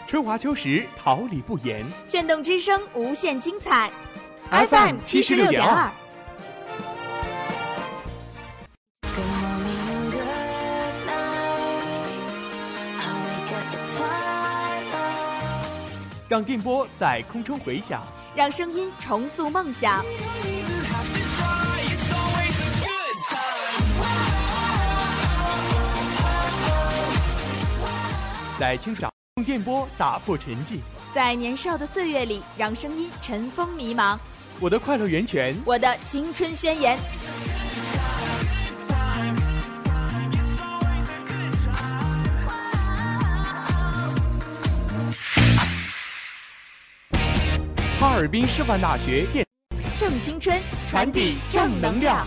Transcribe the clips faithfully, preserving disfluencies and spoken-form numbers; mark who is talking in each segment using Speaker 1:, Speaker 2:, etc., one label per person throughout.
Speaker 1: 春华秋实，桃李不言。
Speaker 2: 炫动之声，无限精彩。
Speaker 1: F M 七十六点二。让电波在空中回响，
Speaker 2: 让声音重塑梦想。
Speaker 1: 在清爽用电波打破沉寂，
Speaker 2: 在年少的岁月里，让声音尘封迷茫。
Speaker 1: 我的快乐源泉，
Speaker 2: 我的青春宣言。
Speaker 1: 哈尔滨师范大学电
Speaker 2: 正青春，
Speaker 1: 传递正能量。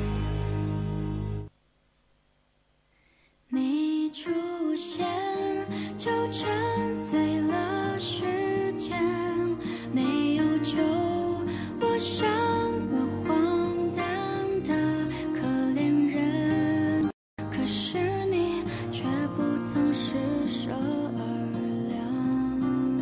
Speaker 3: 你出现就沉醉了时间，没有酒我像个荒诞的可怜人，可是你却不曾施舍而凉。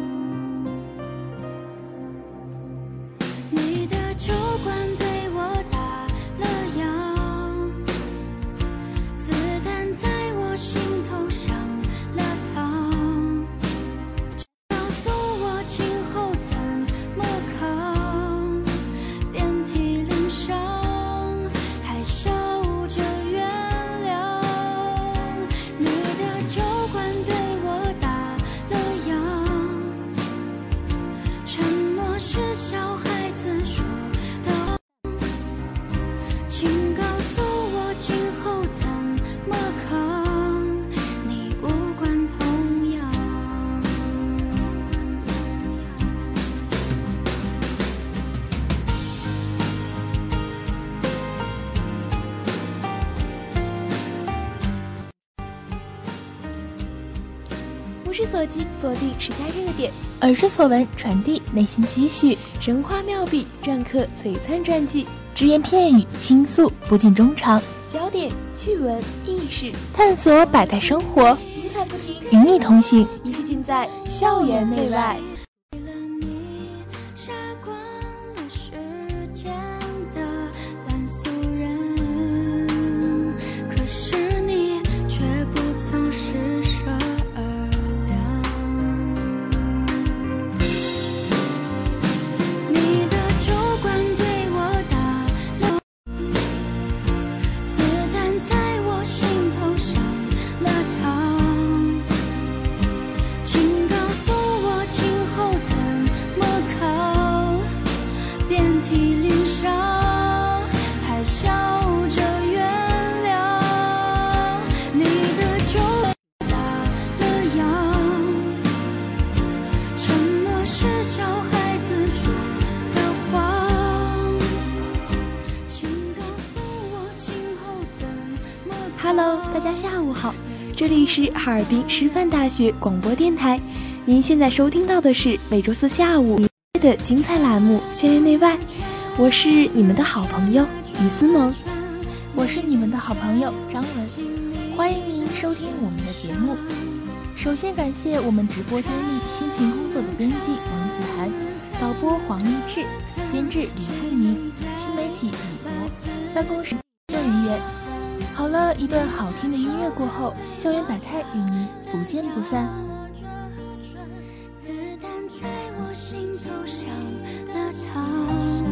Speaker 3: 你的酒馆对我打了烊，子弹在我心头上了膛，告诉我今后怎么扛，遍体鳞伤，还笑着原谅。你的酒馆对我打了烊，沉默是小孩子说的，请告诉我今后怎么扛，你无关痛痒。
Speaker 4: 目之所及，锁定时下热点；耳之所闻，传递内心期许。神话妙笔，篆刻璀璨传记；只言片语，倾诉不尽衷肠。焦点、趣闻、意识，探索百态生活，精彩不停，与你同行，一切尽在校园内外。
Speaker 3: 为了你杀光了世间的烂俗人，可是你却不曾施舍而凉。你的酒馆对我打了，子弹在我心头上了膛，请告诉我今后怎么扛，遍体鳞伤，还笑着原谅。你的酒打了烊，沉默是小孩子说的谎，请告诉我今后怎么扛。
Speaker 4: Hello， 大家下午好，这里是哈尔滨师范大学广播电台。您现在收听到的是每周四下午的精彩栏目《校园内外》，我是你们的好朋友于思萌，
Speaker 5: 我是你们的好朋友张文，欢迎您收听我们的节目。首先感谢我们直播间里辛勤工作的编辑王子涵、导播黄立志、监制李富宁、新媒体李博、办公室人员。好了，一段好听的音乐过后，校园百态与您不见不散。
Speaker 3: 子弹在我心头上了膛，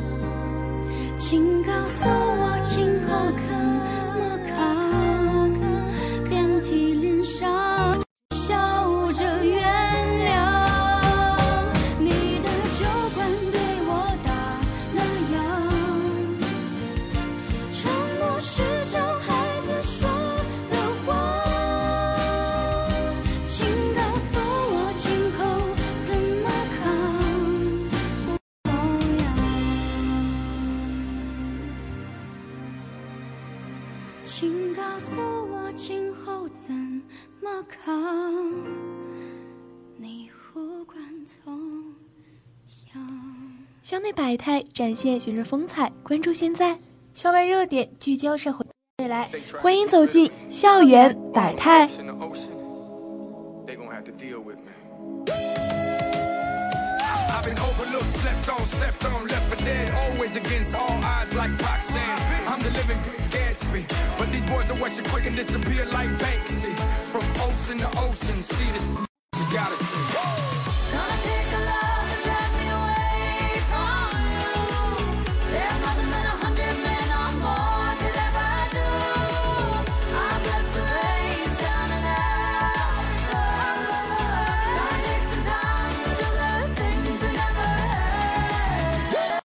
Speaker 3: 请告诉我今后怎么扛，遍体鳞伤，笑着原谅。你的酒馆对我打了烊，沉默是小孩子说的谎，请告诉我今后怎么扛，不痛痒。请告诉我今后怎么扛，你无关痛痒。
Speaker 4: 校内百态展现学生风采，关注现在，校外热点聚焦社会未来，欢迎走进校园百态。
Speaker 6: They gonna have to deal with me. I've been overlooked, slept on, stepped on, left for dead. Always against all odds like boxing. I'm the living Gatsby, but these boys will watch you quick and disappear like Banksy. From ocean to ocean, see this you gotta see.
Speaker 3: Gonna take a love to drive me away from you. There's nothing that a hundred men or more could ever do. I bless the race down and out. Gonna take some time to do the things we never had.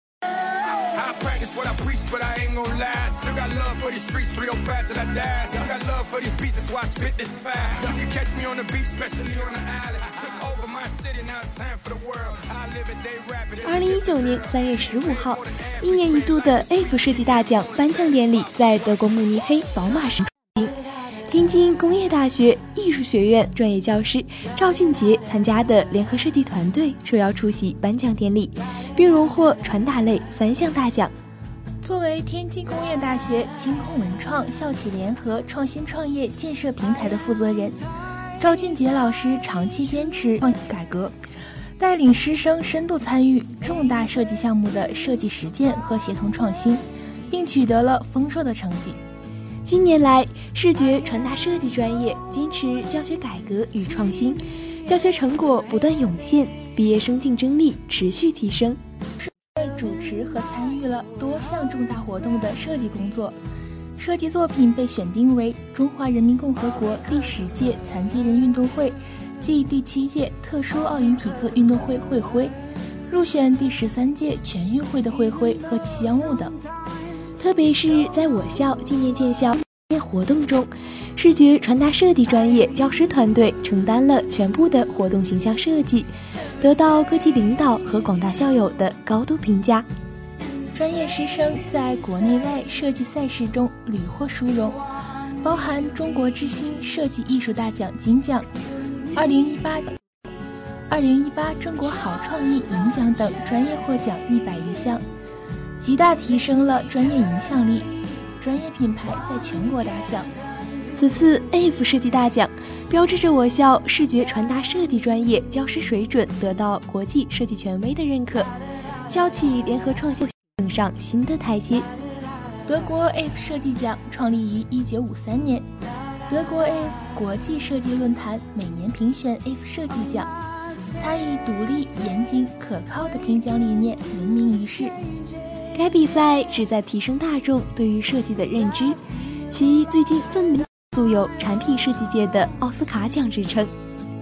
Speaker 6: I practice what I preach, but I ain't gonna lie. Still got love for these streets, three oh five till I die. Still got love for these beats, that's why I spit this fire. You can catch me on the beach, especially on the island. Took over my city, now it's time for the world. I live it, they rap it.
Speaker 5: 二零一九年三月十五号，一年一度的 A F 设计大奖颁奖典礼在德国慕尼黑宝马市举行。天津工业大学艺术学院专业教师赵俊杰参加的联合设计团队受邀出席颁奖典礼，并荣获传达类三项大奖。作为天津工业大学清空文创校企联合创新创业建设平台的负责人，赵俊杰老师长期坚持创新改革，带领师生深度参与重大设计项目的设计实践和协同创新，并取得了丰硕的成绩。近年来，视觉传达设计专业坚持教学改革与创新，教学成果不断涌现，毕业生竞争力持续提升。主持和参与了多项重大活动的设计工作，设计作品被选定为中华人民共和国第十届残疾人运动会暨第七届特殊奥林匹克运动会会徽，入选第十三届全运会的会徽和吉祥物等。特别是在我校纪念建校活动中，视觉传达设计专业教师团队承担了全部的活动形象设计，得到各级领导和广大校友的高度评价。专业师生在国内外设计赛事中屡获殊荣，包含中国之星设计艺术大奖金奖、二零一八二零一八中国好创意银奖等专业获奖一百余项，极大提升了专业影响力，专业品牌在全国打响。此次 A F 设计大奖标志着我校视觉传达设计专业教师水准得到国际设计权威的认可，校企联合创新登上新的台阶。德国 A F 设计奖创立于一九五三年，德国 A F 国际设计论坛每年评选 A F 设计奖，它以独立、严谨、可靠的评奖理念闻名于世。该比赛旨在提升大众对于设计的认知，其最具分量素有产品设计界的奥斯卡奖之称。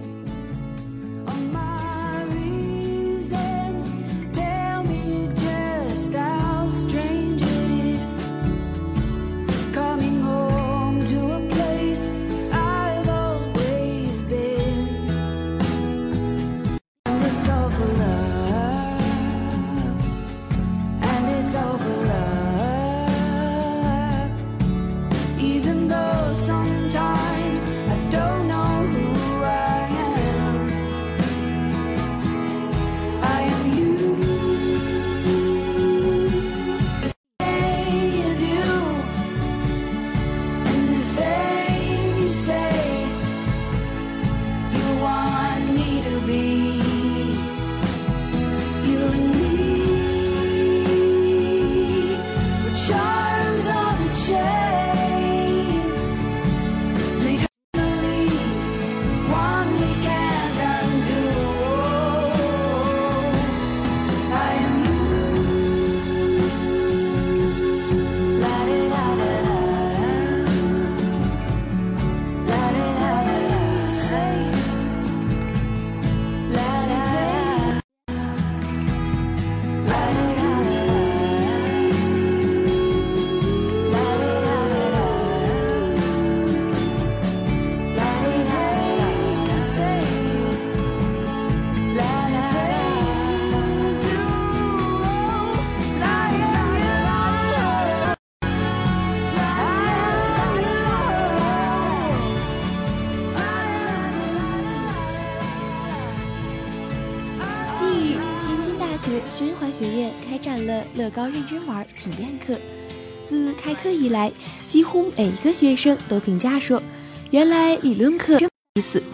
Speaker 5: 循环学院开展了乐高认真玩体验课，自开课以来，几乎每一个学生都评价说，原来理论课这么有意思，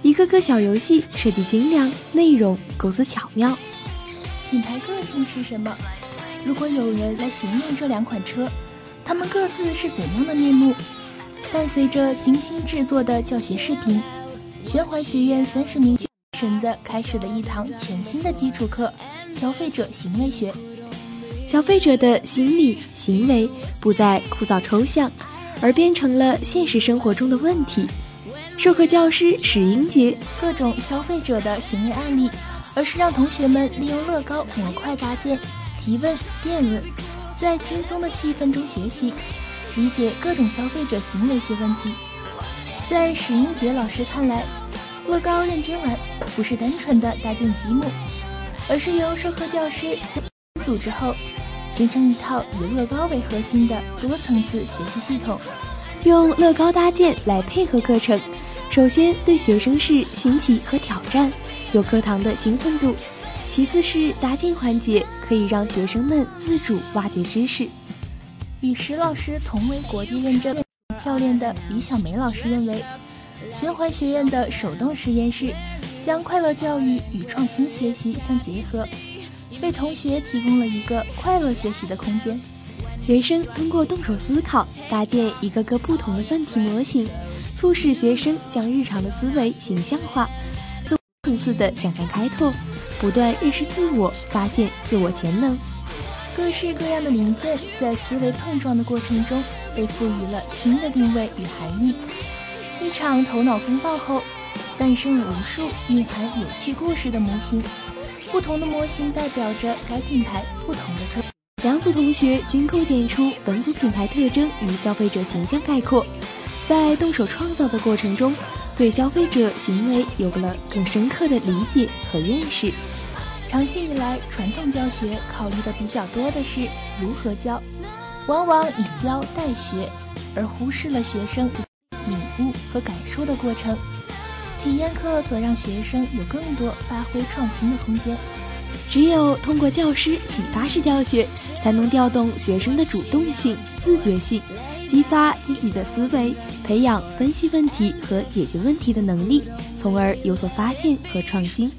Speaker 5: 一个个小游戏设计精良，内容构思巧妙。
Speaker 4: 品牌个性是什么？如果有人来形容这两款车，它们各自是怎样的面目？伴随着精心制作的教学视频，宣怀学院三十名学生的开始了一堂全新的基础课——消费者行为学。
Speaker 5: 消费者的心理行为不再枯燥抽象，而变成了现实生活中的问题。授课教师史英杰
Speaker 4: 各种消费者的行为案例，而是让同学们利用乐高模块搭建、提问、辩论，在轻松的气氛中学习，理解各种消费者行为学问题。在史英杰老师看来，乐高认真玩不是单纯的搭建积木，而是由授课教师组织后形成一套以乐高为核心的多层次学习系统，
Speaker 5: 用乐高搭建来配合课程。首先对学生是新奇和挑战，有课堂的兴奋度；其次是搭建环节可以让学生们自主挖掘知识。
Speaker 4: 与石老师同为国际认证教练的李小梅老师认为，宣怀学院的手动实验室将快乐教育与创新学习相结合，为同学提供了一个快乐学习的空间。
Speaker 5: 学生通过动手思考，搭建一个个不同的问题模型，促使学生将日常的思维形象化，多层次的想象开拓，不断认识自我，发现自我潜能。
Speaker 4: 各式各样的零件在思维碰撞的过程中被赋予了新的定位与含义。一场头脑风暴后，诞生了无数蕴含有趣故事的模型，不同的模型代表着该品牌不同的特色。
Speaker 5: 两组同学均构建出本组品牌特征与消费者形象概括，在动手创造的过程中，对消费者行为有了更深刻的理解和认识。
Speaker 4: 长期以来，传统教学考虑的比较多的是如何教，往往以教代学，而忽视了学生领悟和感受的过程。体验课则让学生有更多发挥创新的空间。
Speaker 5: 只有通过教师启发式教学，才能调动学生的主动性、自觉性，激发积极的思维，培养分析问题和解决问题的能力，从而有所发现和创新。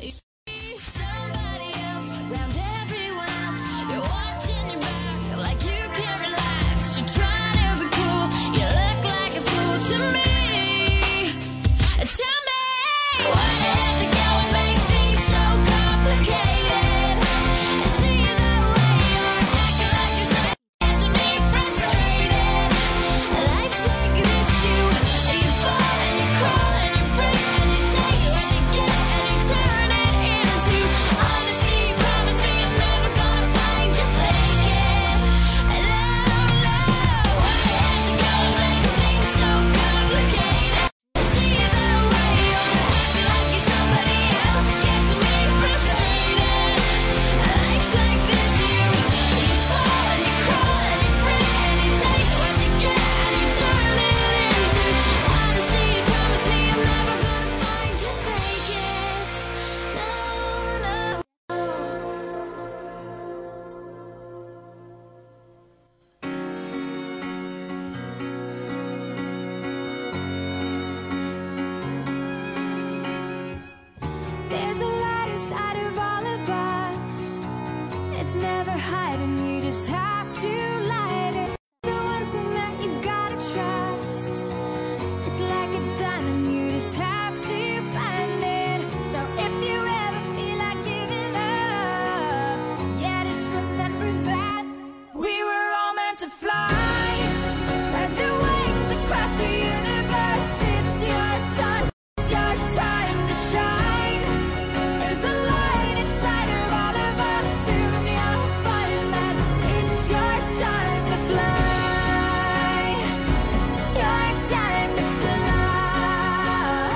Speaker 3: There's a light inside of all of us. It's never hiding, you just have to light it. The one thing that you gotta trust. It's like a diamond, you just have to find it. So if you ever feel like giving up, yeah, just remember that we were all meant to fly. Spread your wings across the universe. It's your time, it's your time to shine. There's a light inside of all of us. Soon you'll find that it's your time to fly. Your time to fly.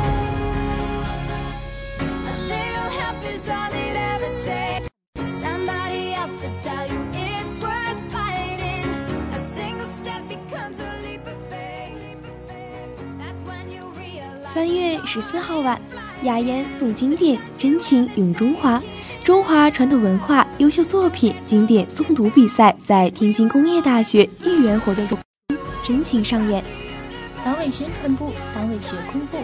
Speaker 3: A little help is all it ever takes. Somebody else to tell you it's worth fighting. A single step becomes a leap of faith. That's when you realize.
Speaker 5: 三月十四号晚，雅言诵经典，真情咏中华。中华传统文化优秀作品经典诵读比赛在天津工业大学豫园活动中真情上演。
Speaker 4: 党委宣传部、党委学工部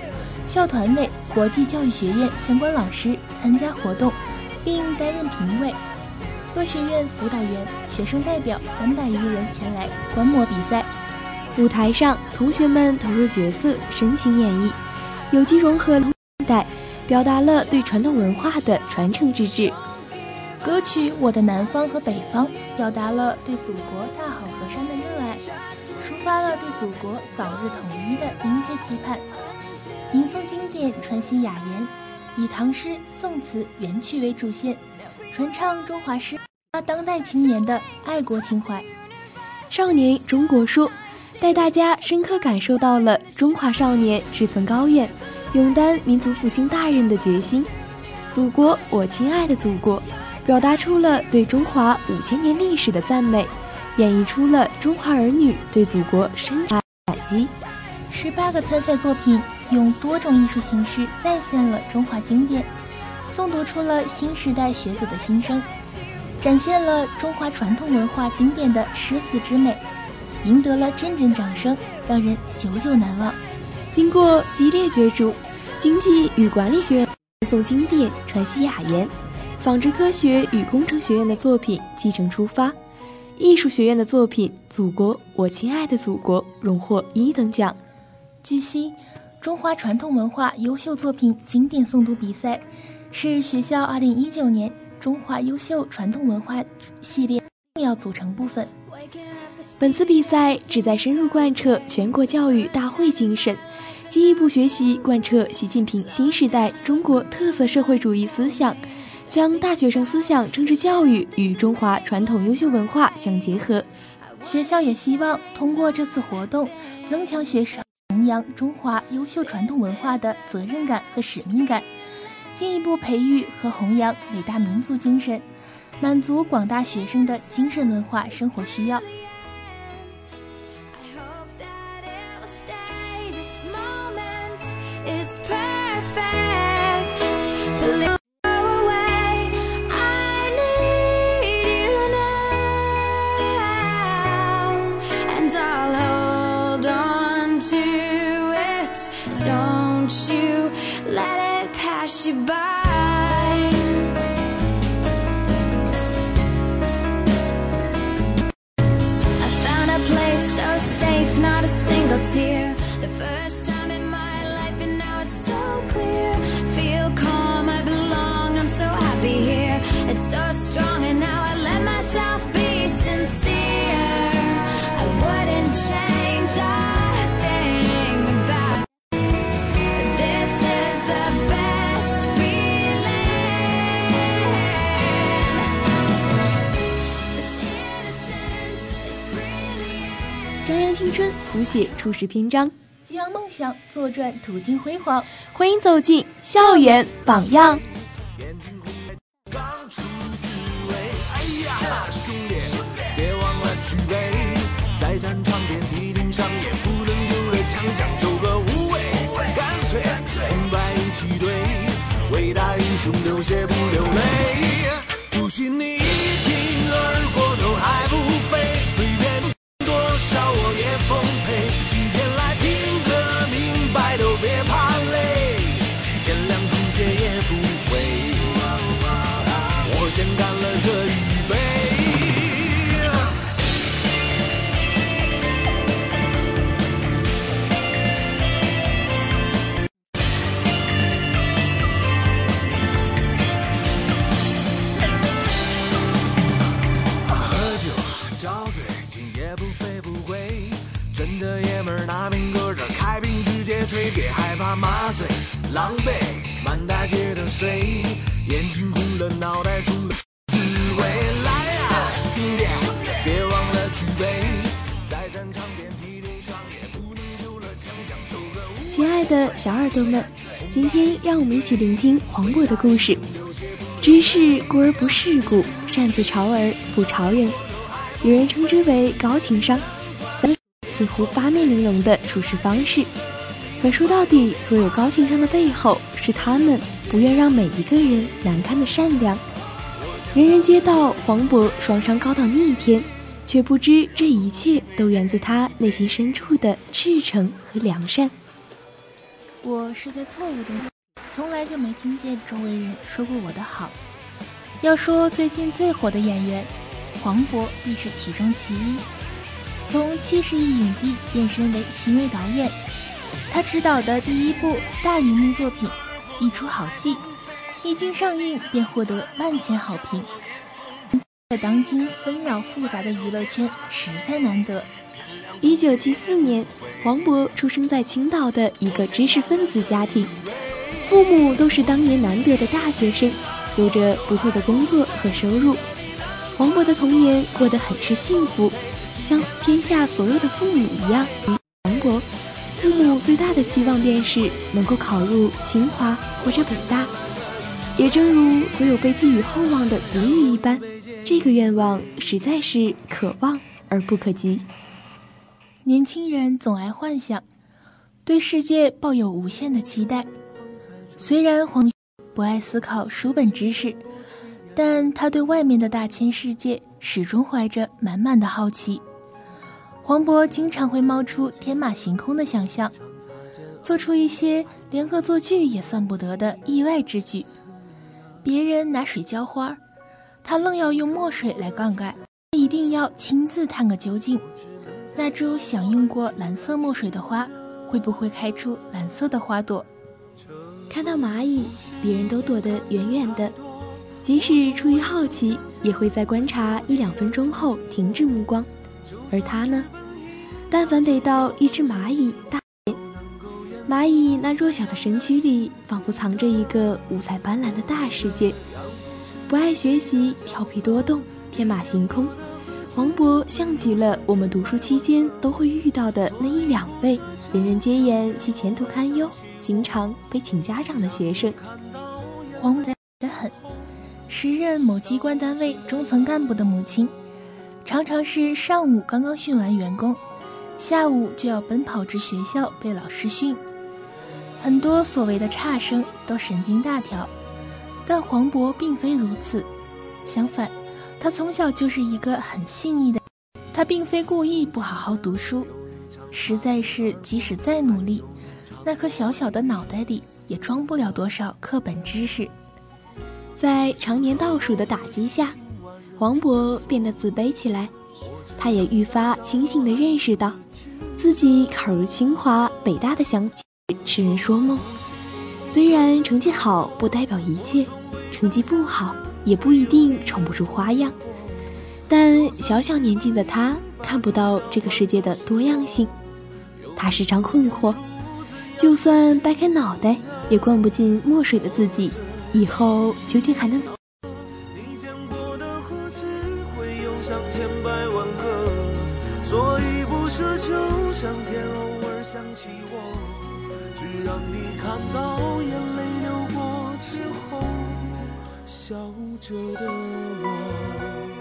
Speaker 5: 校团委、国际教育学院相关老师参加活动，并担任评委。各学院辅导员、学生代表三百余人前来观摩比赛。
Speaker 7: 舞台上，同学们投入角色，深情演绎，有机融合现代，表达了对传统文化的传承之志。
Speaker 5: 歌曲《我的南方和北方》表达了对祖国大好河山的热爱，抒发了对祖国早日统一的殷切期盼。吟诵经典，传习雅言，以唐诗、宋词、元曲为主线，传唱中华诗当代青年的爱国情怀。
Speaker 7: 少年中国说，带大家深刻感受到了中华少年志存高远、勇担民族复兴大任的决心。祖国，我亲爱的祖国，表达出了对中华五千年历史的赞美，演绎出了中华儿女对祖国深爱感激。
Speaker 5: 十八个参赛作品用多种艺术形式再现了中华经典，诵读出了新时代学子的心声，展现了中华传统文化经典的诗词之美，赢得了阵阵掌声，让人久久难忘。
Speaker 7: 经过激烈角逐，经济与管理学院诵经典，传习雅言；纺织科学与工程学院的作品继承出发；艺术学院的作品《祖国，我亲爱的祖国》荣获一等奖。
Speaker 5: 据悉，中华传统文化优秀作品经典诵读比赛是学校二零一九年中华优秀传统文化系列重要组成部分。
Speaker 7: 本次比赛旨在深入贯彻全国教育大会精神，进一步学习贯彻习近平新时代中国特色社会主义思想，将大学生思想政治教育与中华传统优秀文化相结合。
Speaker 5: 学校也希望通过这次活动，增强学生弘扬中华优秀传统文化的责任感和使命感，进一步培育和弘扬伟大民族精神，满足广大学生的精神文化生活需要。
Speaker 7: 张扬青春，谱写初始篇章，
Speaker 5: 激扬梦想，作传途经辉煌。
Speaker 7: 欢迎走进校园榜样。
Speaker 6: 别忘了举杯，在战场遍体鳞伤，也不能丢了强将，走个无畏，干脆崇拜一起对，伟大英雄流血不流泪，不信你一听耳朵都还不飞，随便多少我也奉陪，今天来拼个明白，都别怕累，天亮吐血也不会，我先干了这一杯。吹给害怕麻醉狼狈满大街的水，眼睛红了脑袋出了滋味，来啊兄弟别忘了举杯，在战场遍体鳞伤，也不能丢了强将，收个无。
Speaker 7: 亲爱的小耳朵们，今天让我们一起聆听黄渤的故事。知是故而不世故，善自嘲而不嘲人。有人称之为高情商，近乎八面玲珑的处事方式。可说到底，所有高情商的背后，是他们不愿让每一个人难堪的善良。人人皆道黄渤双商高到逆天，却不知这一切都源自他内心深处的赤诚和良善。
Speaker 5: 我是在错误中，从来就没听见周围人说过我的好。要说最近最火的演员，黄渤必是其中其一。从七十亿影帝变身为新锐导演，他执导的第一部大荧幕作品《一出好戏》，一经上映便获得万千好评。在当今纷扰复杂的娱乐圈，实在难得。
Speaker 7: 一九七四年，黄渤出生在青岛的一个知识分子家庭，父母都是当年难得的大学生，有着不错的工作和收入。黄渤的童年过得很是幸福，像天下所有的父母一样。黄渤父母最大的期望便是能够考入清华或者北大，也正如所有被寄予厚望的子女一般，这个愿望实在是可望而不可及。
Speaker 5: 年轻人总爱幻想，对世界抱有无限的期待。虽然黄不爱思考书本知识，但他对外面的大千世界始终怀着满满的好奇。黄渤经常会冒出天马行空的想象，做出一些连恶作剧也算不得的意外之举。别人拿水浇花，他愣要用墨水来灌溉，他一定要亲自探个究竟。那株享用过蓝色墨水的花，会不会开出蓝色的花朵？
Speaker 7: 看到蚂蚁，别人都躲得远远的，即使出于好奇，也会在观察一两分钟后停止目光。而他呢，但凡逮到一只蚂蚁大眼，蚂蚁那弱小的身躯里仿佛藏着一个五彩斑斓的大世界。不爱学习，调皮多动，天马行空，黄渤像极了我们读书期间都会遇到的那一两位人人皆言其前途堪忧，经常被请家长的学生。
Speaker 5: 黄渤得很，时任某机关单位中层干部的母亲，常常是上午刚刚训完员工，下午就要奔跑至学校被老师训。很多所谓的差生都神经大条，但黄渤并非如此，相反，他从小就是一个很细腻的。他并非故意不好好读书，实在是即使再努力，那颗小小的脑袋里也装不了多少课本知识。
Speaker 7: 在常年倒数的打击下，黄渤变得自卑起来。他也愈发清醒地认识到，自己考入清华北大的想法痴人说梦。虽然成绩好不代表一切，成绩不好也不一定宠不出花样，但小小年纪的他看不到这个世界的多样性。他时常困惑，就算掰开脑袋也灌不进墨水的自己，以后究竟还能走？
Speaker 8: 你见过的河只会涌上千百万个，所以不奢求上天偶尔想起我，只让你看到眼泪流过之后笑着的我。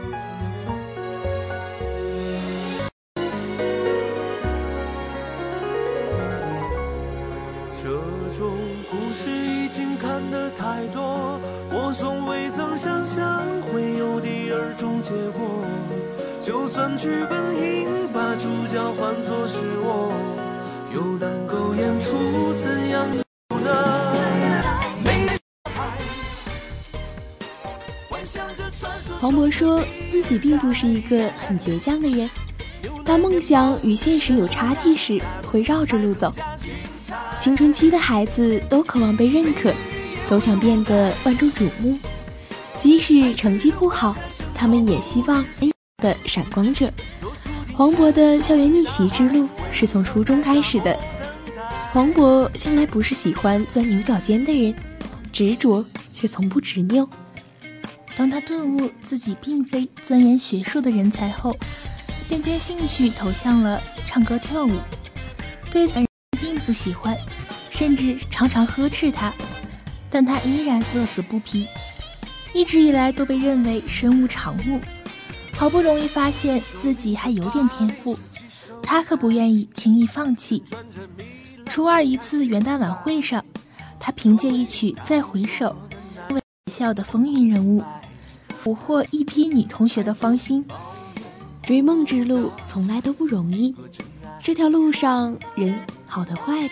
Speaker 8: 这种故事已经看得太多，我从未曾想象会有第二种结果。就算剧本应把主角换作是我，又能够演出怎样的呢？
Speaker 7: 黄渤说自己并不是一个很倔强的人，当梦想与现实有差距时，会绕着路走。青春期的孩子都渴望被认可，都想变得万众瞩目，即使成绩不好，他们也希望的闪光者。黄渤的校园逆袭之路是从初中开始的。黄渤向来不是喜欢钻牛角尖的人，执着却从不执拗。
Speaker 5: 当他顿悟自己并非钻研学术的人才后，便将兴趣投向了唱歌跳舞。对此并不喜欢，甚至常常呵斥他，但他依然乐此不疲。一直以来都被认为身无长物，好不容易发现自己还有点天赋，他可不愿意轻易放弃。初二一次元旦晚会上，他凭借一曲《再回首》为学校的风云人物，俘获一批女同学的芳心。
Speaker 7: 追梦之路从来都不容易，这条路上人好的坏的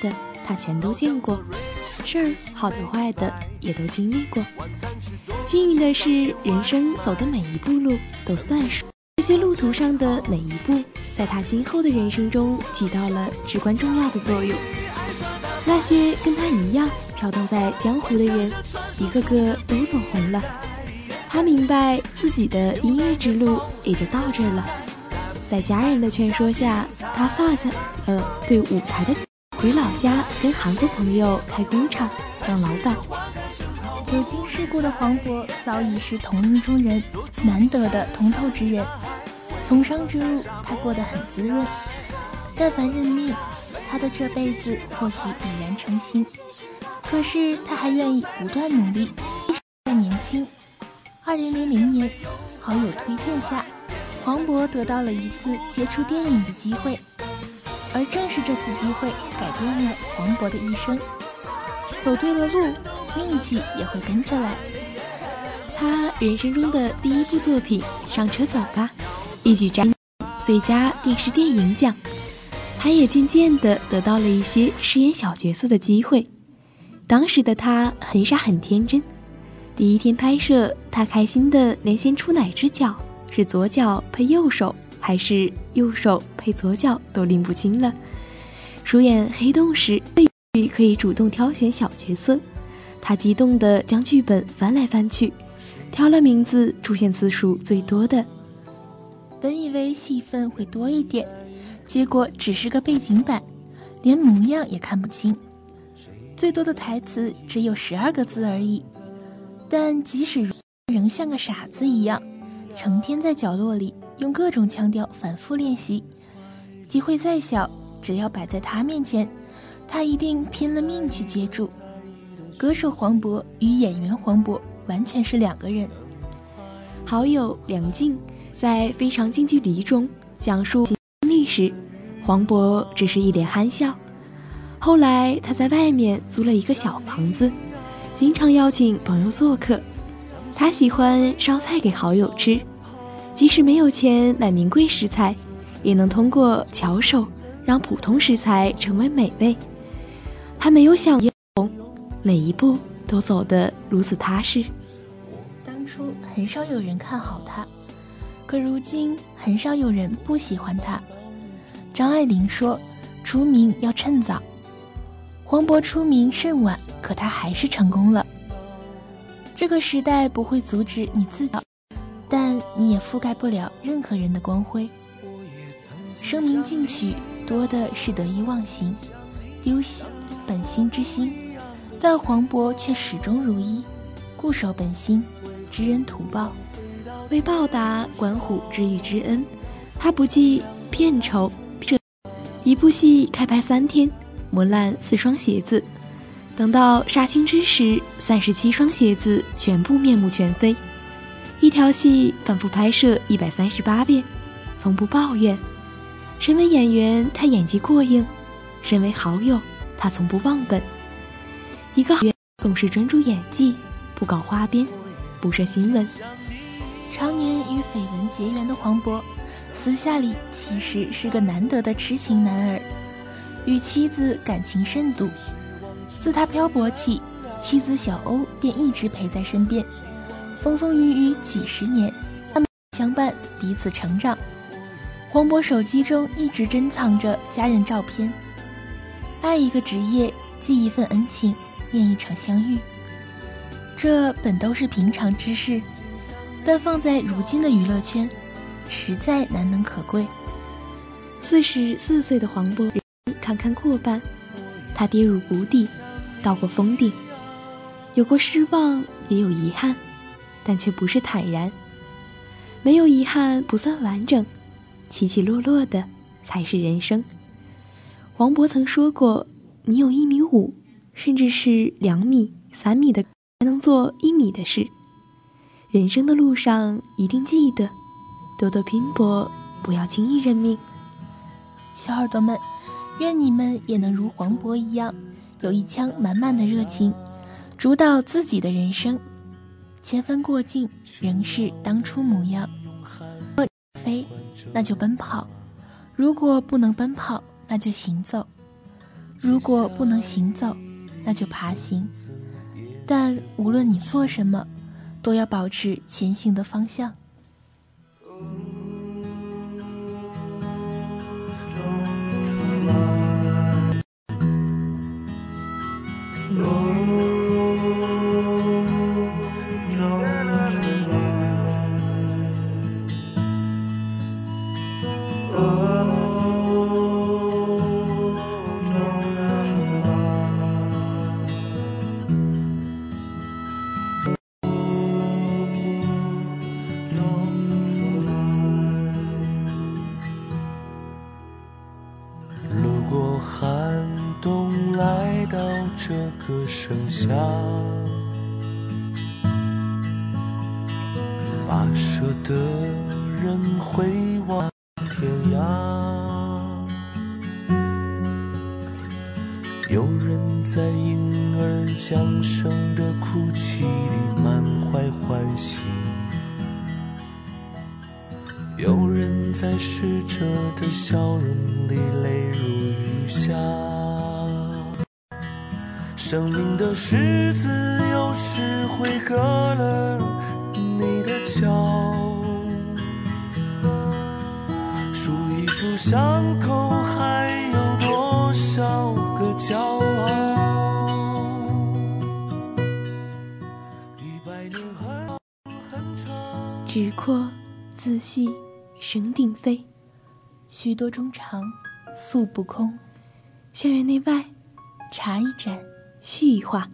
Speaker 7: 他全都见过，事儿好的坏的也都经历过。幸运的是，人生走的每一步路都算数，这些路途上的每一步，在他今后的人生中起到了至关重要的作用。那些跟他一样飘荡在江湖的人，一个个都走红了。他明白自己的音乐之路也就到这儿了。在家人的劝说下，他放下了对舞台的，回老家跟韩国朋友开工厂当老板。
Speaker 5: 久经世故的黄渤早已是同龄中人难得的通透之人，从商之路他过得很滋润。但凡认命，他的这辈子或许已然成型。可是他还愿意不断努力，在年轻。二零零零年，好友推荐下，黄渤得到了一次接触电影的机会，而正是这次机会改变了黄渤的一生。走对了路，运气也会跟着来。
Speaker 7: 他人生中的第一部作品《上车走吧》一举摘最佳电视电影奖，他也渐渐地得到了一些饰演小角色的机会。当时的他很傻很天真，第一天拍摄，他开心的连先出哪只脚是左脚配右手还是右手配左脚都拎不清了。主演黑洞时可以主动挑选小角色，他激动地将剧本翻来翻去，挑了名字出现次数最多的。
Speaker 5: 本以为戏份会多一点，结果只是个背景板，连模样也看不清，最多的台词只有十二个字而已。但即使如仍像个傻子一样，成天在角落里用各种腔调反复练习。机会再小，只要摆在他面前，他一定拼了命去接住。歌手黄渤与演员黄渤完全是两个人。
Speaker 7: 好友梁静在《非常近距离》中讲述经历时，黄渤只是一脸憨笑。后来他在外面租了一个小房子，经常邀请朋友做客。他喜欢烧菜给好友吃，即使没有钱买名贵食材，也能通过巧手让普通食材成为美味。他没有想每一步都走得如此踏实。
Speaker 5: 当初很少有人看好他，可如今很少有人不喜欢他。张爱玲说，出名要趁早。黄渤出名甚晚，可他还是成功了。这个时代不会阻止你自己，但你也覆盖不了任何人的光辉。声名进取多的是得意忘形，丢本心之心，但黄渤却始终如一，固守本心，知恩图报。
Speaker 7: 为报答管虎知遇之恩，他不计片酬，一部戏开拍三天，磨烂四双鞋子，等到杀青之时，三十七双鞋子全部面目全非。一条戏反复拍摄一百三十八遍，从不抱怨。身为演员，他演技过硬；身为好友，他从不忘本。一个好演员总是专注演技，不搞花边，不涉新闻。
Speaker 5: 常年与绯闻结缘的黄渤，私下里其实是个难得的痴情男儿，与妻子感情甚笃。自他漂泊起，妻子小欧便一直陪在身边，风风雨雨几十年，他们相伴，彼此成长。黄渤手机中一直珍藏着家人照片。爱一个职业，记一份恩情，念一场相遇，这本都是平常之事，但放在如今的娱乐圈，实在难能可贵。
Speaker 7: 四十四岁的黄渤坎坎过半，他跌入谷底，到过峰顶，有过失望，也有遗憾，但却不是坦然。没有遗憾不算完整，起起落落的才是人生。黄渤曾说过，你有一米五，甚至是两米、三米的，才能做一米的事。人生的路上一定记得多多拼搏，不要轻易认命。
Speaker 5: 小耳朵们，愿你们也能如黄渤一样，有一腔满满的热情，主导自己的人生。千帆过尽，仍是当初模样。若飞，那就奔跑；如果不能奔跑，那就行走。 如果不能行走，那就爬行。但无论你做什么，都要保持前行的方向。
Speaker 8: 这个盛夏，跋涉的人回望天涯，有人在婴儿降生的哭泣里满怀欢喜，有人在逝者的笑容里泪如雨下。生命的十字有时会割了你的脚，数一数伤口还有多少个骄傲，一百年还很长。
Speaker 7: 纸阔字细声鼎飞，
Speaker 5: 许多衷肠诉不空。
Speaker 7: 校园内外
Speaker 5: 茶一盏，
Speaker 7: 续一话。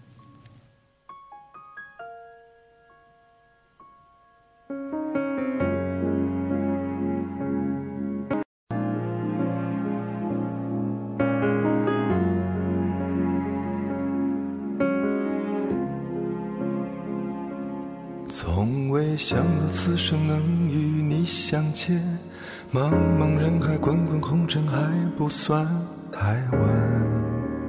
Speaker 8: 从未想到此生能与你相见，茫茫人海，滚滚红尘还不算太晚，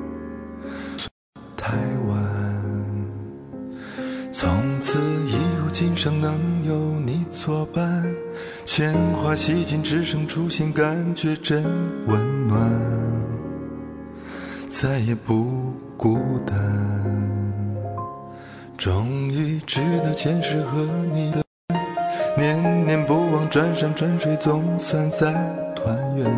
Speaker 8: 太晚。从此以后，今生能有你作伴，铅华洗尽，只剩初心，感觉真温暖，再也不孤单。终于知道前世和你的念念不忘，转山转水，总算在团圆，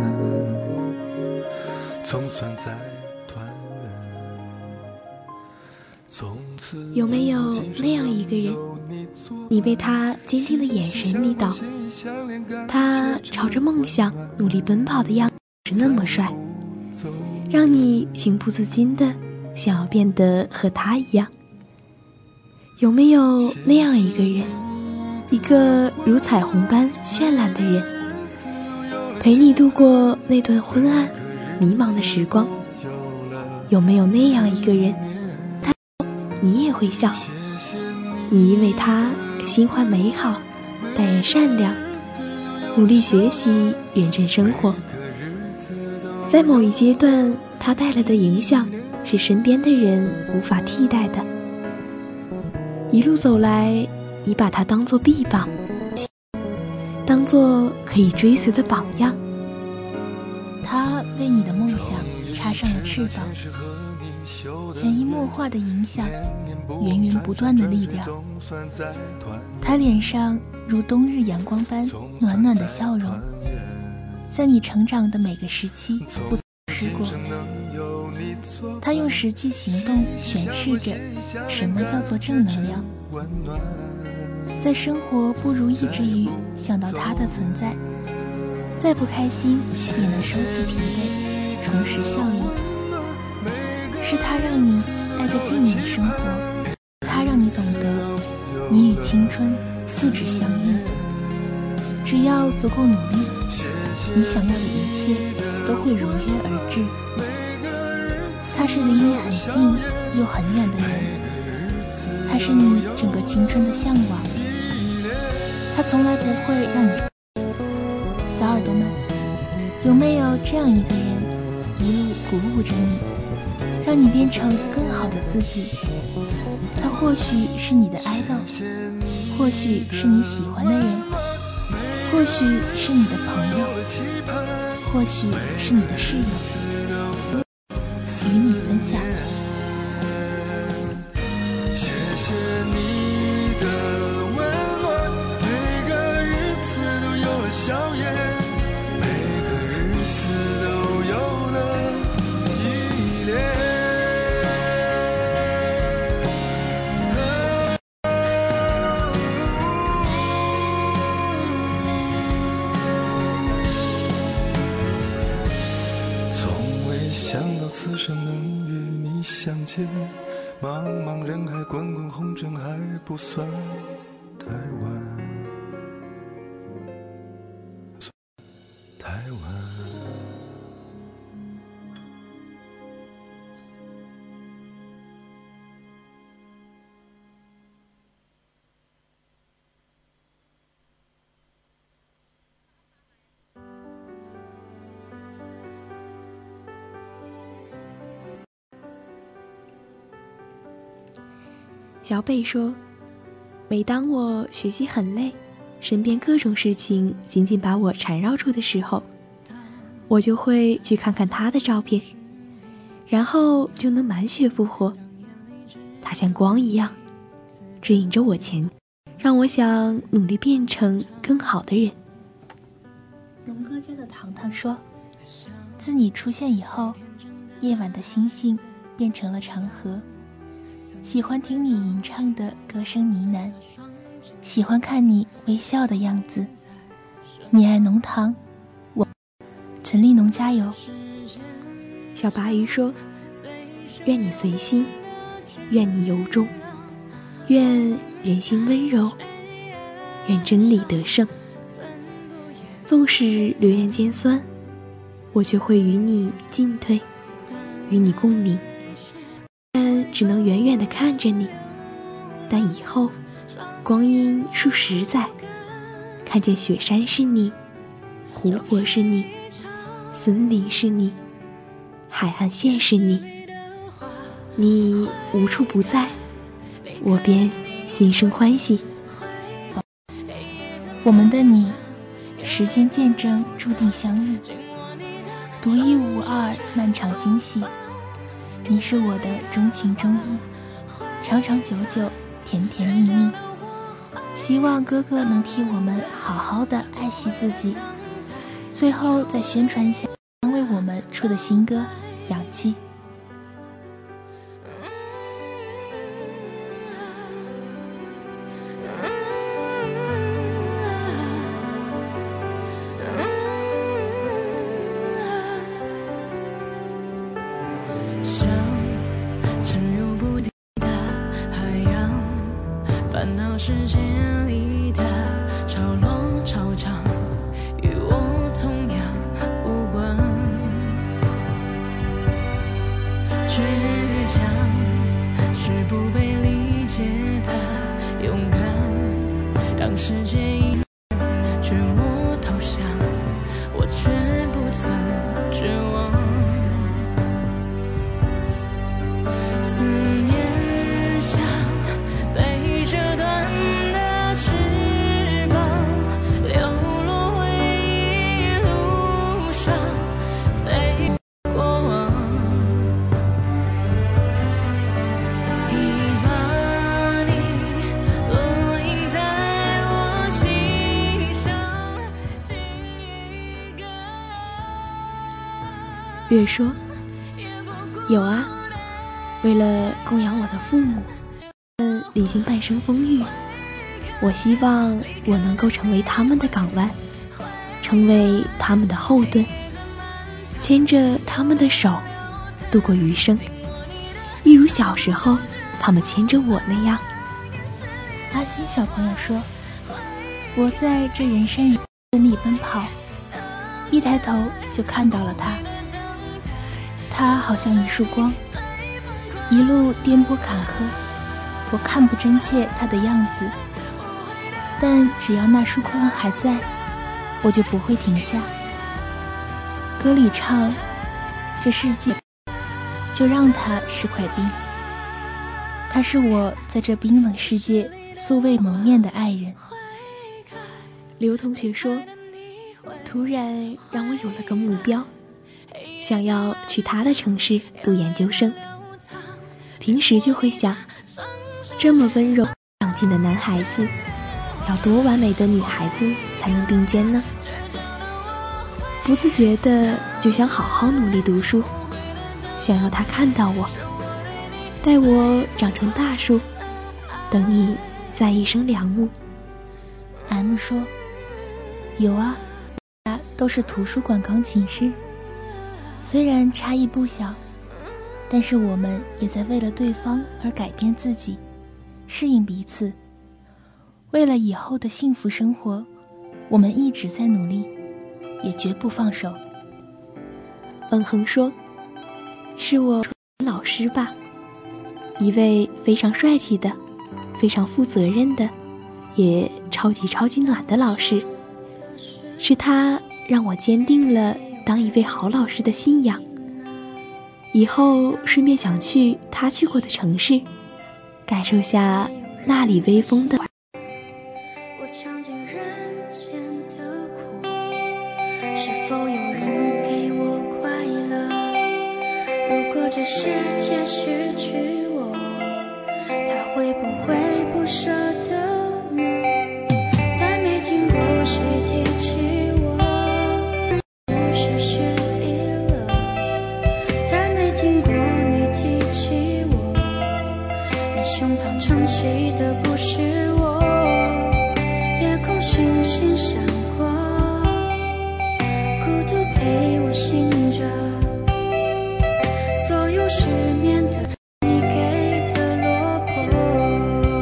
Speaker 8: 总算在团圆。从此
Speaker 7: 有没有那样一个人，你被他坚定的眼神迷倒，他朝着梦想努力奔跑的样子是那么帅，让你情不自禁的想要变得和他一样。有没有那样一个人，一个如彩虹般绚烂的人，陪你度过那段昏暗迷茫的时光？有没有那样一个人，他你也会笑，你因为他心怀美好，待人善良，努力学习，认真生活。在某一阶段，他带来的影响是身边的人无法替代的。一路走来，你把它当作臂膀，当作可以追随的榜样。
Speaker 5: 它为你的梦想插上了翅膀，潜移默化的影响，源源不断的力量。它脸上如冬日阳光般暖暖的笑容，在你成长的每个时期不曾失过。他用实际行动诠释着什么叫做正能量。在生活不如意之余，想到他的存在，再不开心也能收起疲惫，重拾笑意。是他让你带着敬意生活，他让你懂得你与青春素质相应。只要足够努力，你想要的一切都会如约而至。他是离你很近又很远的人，他是你整个青春的向往，他从来不会让你。小耳朵们，有没有这样一个人，一路鼓舞着你，让你变成更好的自己？他或许是你的爱豆，或许是你喜欢的人，或许是你的朋友，或许是你的室友。
Speaker 8: 此生能与你相见，茫茫人海，滚滚红尘还不算太晚，太晚。
Speaker 7: 小贝说，每当我学习很累，身边各种事情紧紧把我缠绕住的时候，我就会去看看他的照片，然后就能满血复活。他像光一样指引着我前，让我想努力变成更好的人。
Speaker 5: 龙哥家的糖糖说，自你出现以后，夜晚的星星变成了长河，喜欢听你吟唱的歌声呢喃，喜欢看你微笑的样子。你爱浓糖，我陈立农加油。
Speaker 7: 小白鱼说，愿你随心，愿你由衷，愿人心温柔，愿真理得胜。纵使流言尖酸，我却会与你进退，与你共鸣。但只能远远地看着你，但以后光阴数十载，看见雪山是你，湖泊是你，森林是你，海岸线是你，你无处不在，我便心生欢喜。
Speaker 5: 我们的你，时间见证注定相遇，独一无二，漫长惊喜。你是我的钟情钟意，长长久久，甜甜蜜蜜。希望哥哥能替我们好好的爱惜自己。最后再宣传一下刚为我们出的新歌《氧气》。
Speaker 9: 世界里的潮落潮涨，与我同样无关。倔强是不被理解的勇敢，让世界一劝我投降，我却不曾绝望。思念像被折断的翅膀，流落回忆路上，飞过往。已把你烙印在我心上，仅一个
Speaker 7: 月说，有啊，为了供养我的父母，嗯，历经半生风雨，我希望我能够成为他们的港湾，成为他们的后盾，牵着他们的手度过余生，一如小时候他们牵着我那样。
Speaker 5: 阿西小朋友说，我在这人山人海里奔跑，一抬头就看到了他，他好像一束光，一路颠簸坎坷，我看不真切他的样子，但只要那束光还在，我就不会停下。歌里唱，这世界就让它是块冰，他是我在这冰冷世界素未谋面的爱人。
Speaker 7: 刘同学说，突然让我有了个目标，想要去他的城市读研究生。平时就会想，这么温柔上进的男孩子，要多完美的女孩子才能并肩呢？不自觉的就想好好努力读书，想要他看到我，待我长成大树，等你再一声良木。
Speaker 5: M 说，有啊，都是图书馆钢琴师，虽然差异不小， 但是我们也在为了对方而改变自己，适应彼此。为了以后的幸福生活，我们一直在努力，也绝不放手。
Speaker 7: 文恒说，是我老师吧，一位非常帅气的，非常负责任的，也超级超级暖的老师。是他让我坚定了当一位好老师的信仰，以后顺便想去他去过的城市，感受下那里微风的。
Speaker 3: 我尝尽人间的苦，是否有人给我快乐？如果这世界失去我，他会不会不舍得呢？再没听过谁提起我，是失忆了。再没听过你提起我，你胸膛撑起的不是我。夜空星星闪过，孤独陪我醒着，所有失眠的你给的落魄。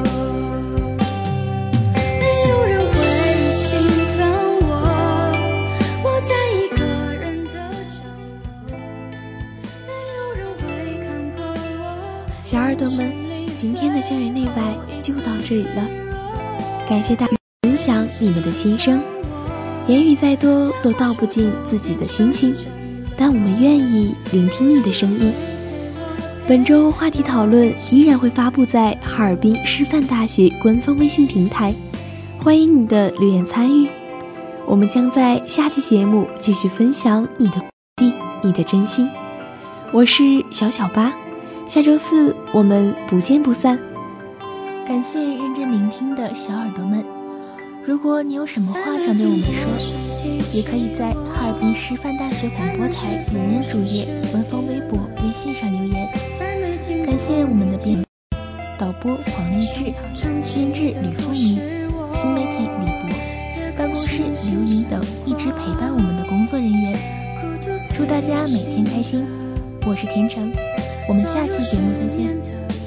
Speaker 3: 没有人会心疼我，我在一个人的角落，没有人会看破我。
Speaker 7: 小耳朵们，今天的校园内外就到这里了，感谢大家分享你们的心声，言语再多都道不尽自己的心情，但我们愿意聆听你的声音。本周话题讨论依然会发布在哈尔滨师范大学官方微信平台，欢迎你的留言参与。我们将在下期节目继续分享你的鼓励，你的真心。我是小小八，下周四我们不见不散。
Speaker 5: 感谢认真聆听的小耳朵们，如果你有什么话想对我们说，也可以在哈尔滨师范大学广播台人人主页、官方微博、微信上留言。感谢我们的编导播黄立志、监制吕凤仪、新媒体李博、办公室刘颖等一直陪伴我们的工作人员。祝大家每天开心！我是田成，我们下期节目再见。